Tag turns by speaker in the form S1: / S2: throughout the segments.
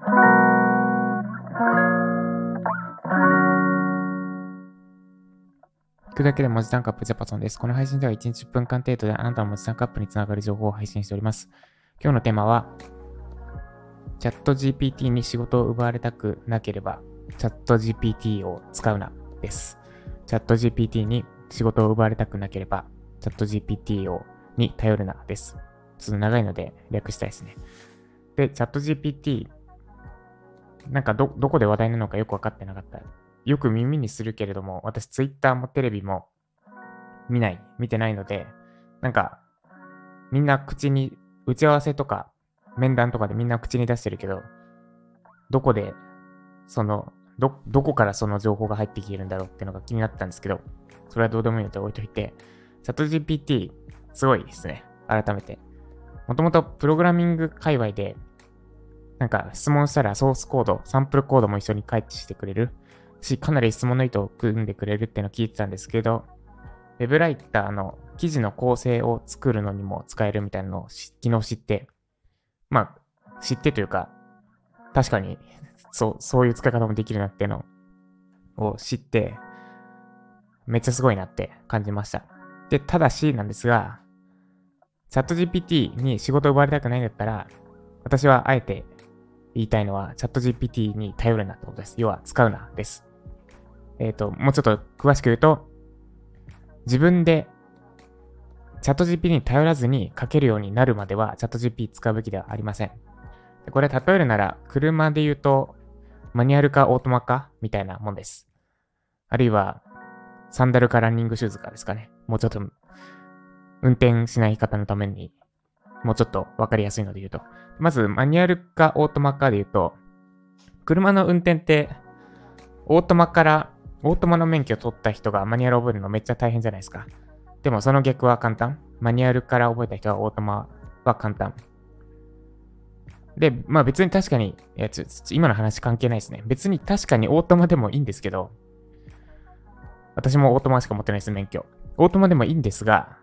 S1: 聞くだけで文字タンクアップジャパソンです。この配信では1日10分間程度であなたの文字タンクアップにつながる情報を配信しております。今日のテーマは、チャット GPT に仕事を奪われたくなければ、チャット GPT を使うなです。チャット GPT に仕事を奪われたくなければ、チャット GPT に頼るなです。ちょっと長いので略したいですね。で、チャット GPT、なんかどこで話題なのかよくわかってなかった。よく耳にするけれども、私ツイッターもテレビも見てないので、なんかみんな口に、打ち合わせとか面談とかでみんな口に出してるけど、どこで、どこからその情報が入ってきてるんだろうっていうのが気になったんですけど、それはどうでもいいので置いといて、チャット GPT すごいですね。改めて。もともとプログラミング界隈で、なんか質問したらソースコード、サンプルコードも一緒に開示してくれるし、かなり質問の意図を組んでくれるっていうのを聞いてたんですけど、ウェブライターの記事の構成を作るのにも使えるみたいなのを昨日知って、知ってというか、確かにそういう使い方もできるなっていうのを知って、めっちゃすごいなって感じました。で、ただしなんですが、チャット GPT に仕事を奪われたくないんだったら、私はあえて言いたいのは、チャット GPT に頼るなってことです。要は、使うなです。もうちょっと詳しく言うと、自分でチャット GPT に頼らずに書けるようになるまでは、チャット GPT 使うべきではありません。これ例えるなら、車で言うと、マニュアルかオートマかみたいなもんです。あるいは、サンダルかランニングシューズかですかね。もうちょっと、運転しない方のために、もうちょっとわかりやすいので言うと。まず、マニュアルかオートマかで言うと、車の運転って、オートマの免許を取った人がマニュアルを覚えるのめっちゃ大変じゃないですか。でもその逆は簡単。マニュアルから覚えた人はオートマは簡単。で、別に確かに、今の話関係ないですね。別に確かにオートマでもいいんですけど、私もオートマしか持ってないです、免許。オートマでもいいんですが、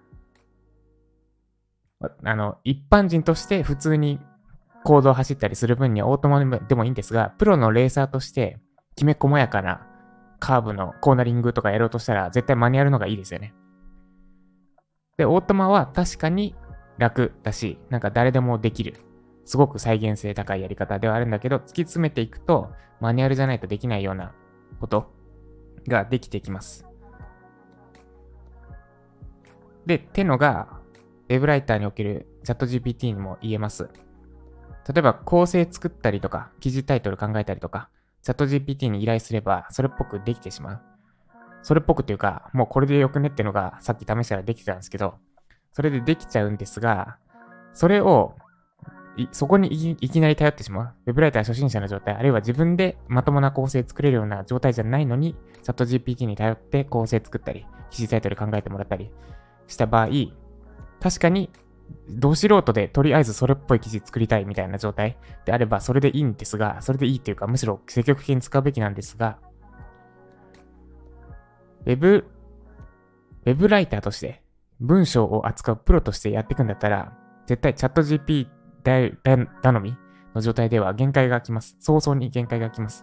S1: 一般人として普通に公道を走ったりする分にはオートマでもいいんですが、プロのレーサーとしてきめ細やかなカーブのコーナリングとかやろうとしたら絶対マニュアルの方がいいですよね。で、オートマは確かに楽だし、なんか誰でもできる。すごく再現性高いやり方ではあるんだけど、突き詰めていくとマニュアルじゃないとできないようなことができてきます。で、ってのが、ウェブライターにおけるチャット GPT にも言えます。例えば構成作ったりとか、記事タイトル考えたりとか、チャット GPT に依頼すれば、それっぽくできてしまう。それっぽくっていうか、もうこれでよくねってのがさっき試したらできてたんですけど、それでできちゃうんですが、それを、そこにいきなり頼ってしまう。ウェブライター初心者の状態、あるいは自分でまともな構成作れるような状態じゃないのに、チャット GPT に頼って構成作ったり、記事タイトル考えてもらったりした場合、確かに、ど素人でとりあえずそれっぽい記事作りたいみたいな状態であればそれでいいんですが、それでいいというかむしろ積極的に使うべきなんですが、ウェブライターとして文章を扱うプロとしてやっていくんだったら、絶対チャット GP 頼みの状態では限界が来ます。早々に限界が来ます。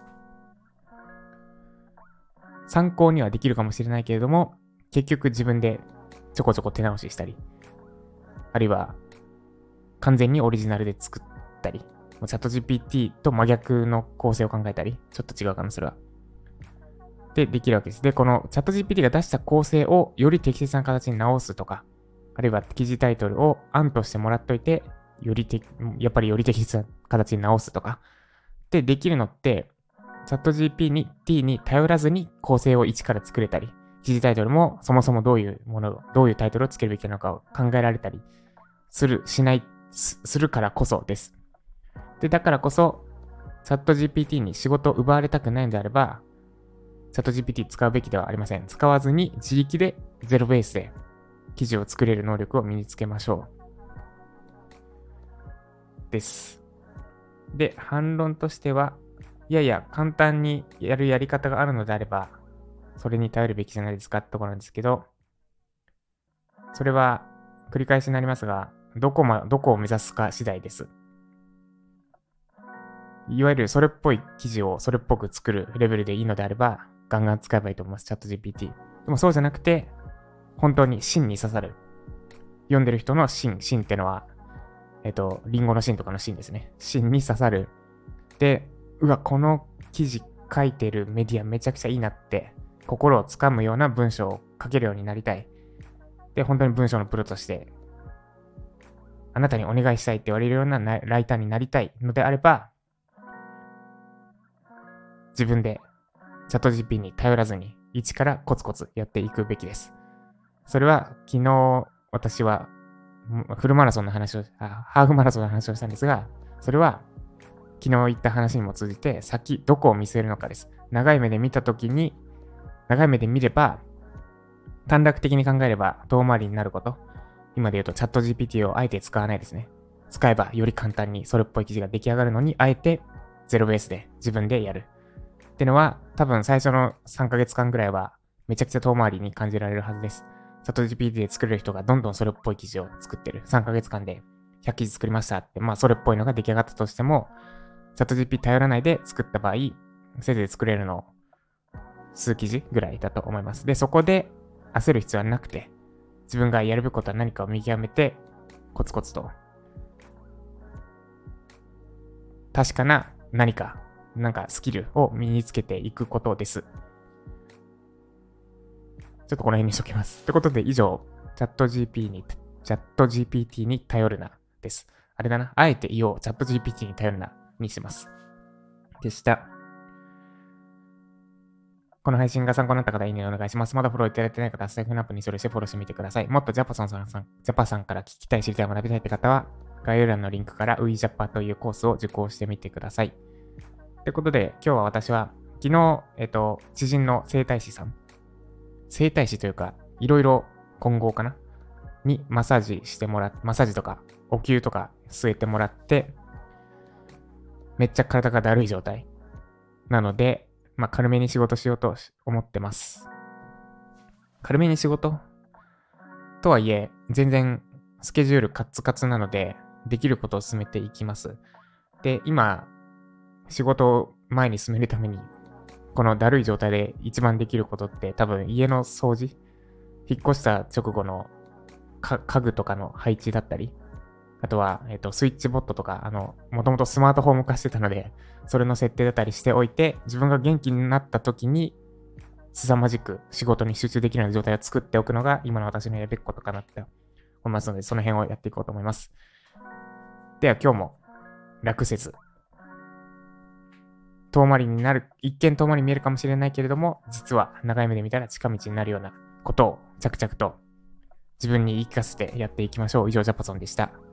S1: 参考にはできるかもしれないけれども、結局自分でちょこちょこ手直ししたり、あるいは完全にオリジナルで作ったり、チャット GPT と真逆の構成を考えたり、ちょっと違うかな、それは。で、できるわけです。で、このチャット GPT が出した構成をより適切な形に直すとか、あるいは記事タイトルを案としてもらっといて、やっぱりより適切な形に直すとか。で、できるのって、チャット GPT に頼らずに構成を一から作れたり、記事タイトルもそもそもどういうタイトルをつけるべきなのかを考えられたりするからこそです。で、だからこそ、チャット GPT に仕事を奪われたくないのであれば、チャット GPT 使うべきではありません。使わずに自力でゼロベースで記事を作れる能力を身につけましょう。です。で、反論としては、いやいや、簡単にやるやり方があるのであれば、それに頼るべきじゃないですかってところなんですけど、それは繰り返しになりますが、どこを目指すか次第です。 いわゆるそれっぽい記事をそれっぽく作るレベルでいいのであれば、ガンガン使えばいいと思います、チャット GPT。でもそうじゃなくて、本当に芯に刺さる。読んでる人の芯ってのは、リンゴの芯とかの芯ですね。芯に刺さる。で、うわ、この記事書いてるメディアめちゃくちゃいいなって、心をつかむような文章を書けるようになりたい。で、本当に文章のプロとして、あなたにお願いしたいって言われるようなライターになりたいのであれば、自分でチャット GP に頼らずに、一からコツコツやっていくべきです。それは、昨日私はフルマラソンの話を、ハーフマラソンの話をしたんですが、それは昨日言った話にも通じて、先どこを見据えるのかです。長い目で見たときに、長い目で見れば、短絡的に考えれば遠回りになること。今で言うとチャット GPT をあえて使わないですね。使えばより簡単にそれっぽい記事が出来上がるのに、あえてゼロベースで自分でやる。ってのは、多分最初の3ヶ月間ぐらいはめちゃくちゃ遠回りに感じられるはずです。チャット GPT で作れる人がどんどんそれっぽい記事を作ってる。3ヶ月間で100記事作りましたって、それっぽいのが出来上がったとしても、チャット GPT 頼らないで作った場合、せいぜい作れるの数記事ぐらいだと思います。で、そこで焦る必要はなくて、自分がやるべきことは何かを見極めて、コツコツと、確かな何か、スキルを身につけていくことです。ちょっとこの辺にしときます。ということで以上、チャット GPT に頼るなです。あれだな。あえて言おう。チャット GPT に頼るなにします。でした。この配信が参考になった方、いいねお願いします。まだフォローいただいてない方は、スタイフのアップにそれしてフォローしてみてください。もっとジャパさんから聞きたい、知りたい、学びたいって方は、概要欄のリンクからウイジャパというコースを受講してみてください。ということで、今日は私は、昨日、知人の整体師というか、いろいろ混合かなにマッサージとか、お灸とか据えてもらって、めっちゃ体がだるい状態。なので、軽めに仕事しようと思ってます。軽めに仕事とはいえ、全然スケジュールカツカツなので、できることを進めていきます。で、今、仕事を前に進めるために、このだるい状態で一番できることって多分家の掃除、引っ越した直後の家具とかの配置だったり、あとは、スイッチボットとか、もともとスマートフォーム化してたので、それの設定だったりしておいて、自分が元気になった時に、凄まじく仕事に集中できるような状態を作っておくのが、今の私のやるべきことかなって思いますので、その辺をやっていこうと思います。では今日も、楽せず、一見遠回りに見えるかもしれないけれども、実は長い目で見たら近道になるようなことを着々と自分に言い聞かせてやっていきましょう。以上、ジャパソンでした。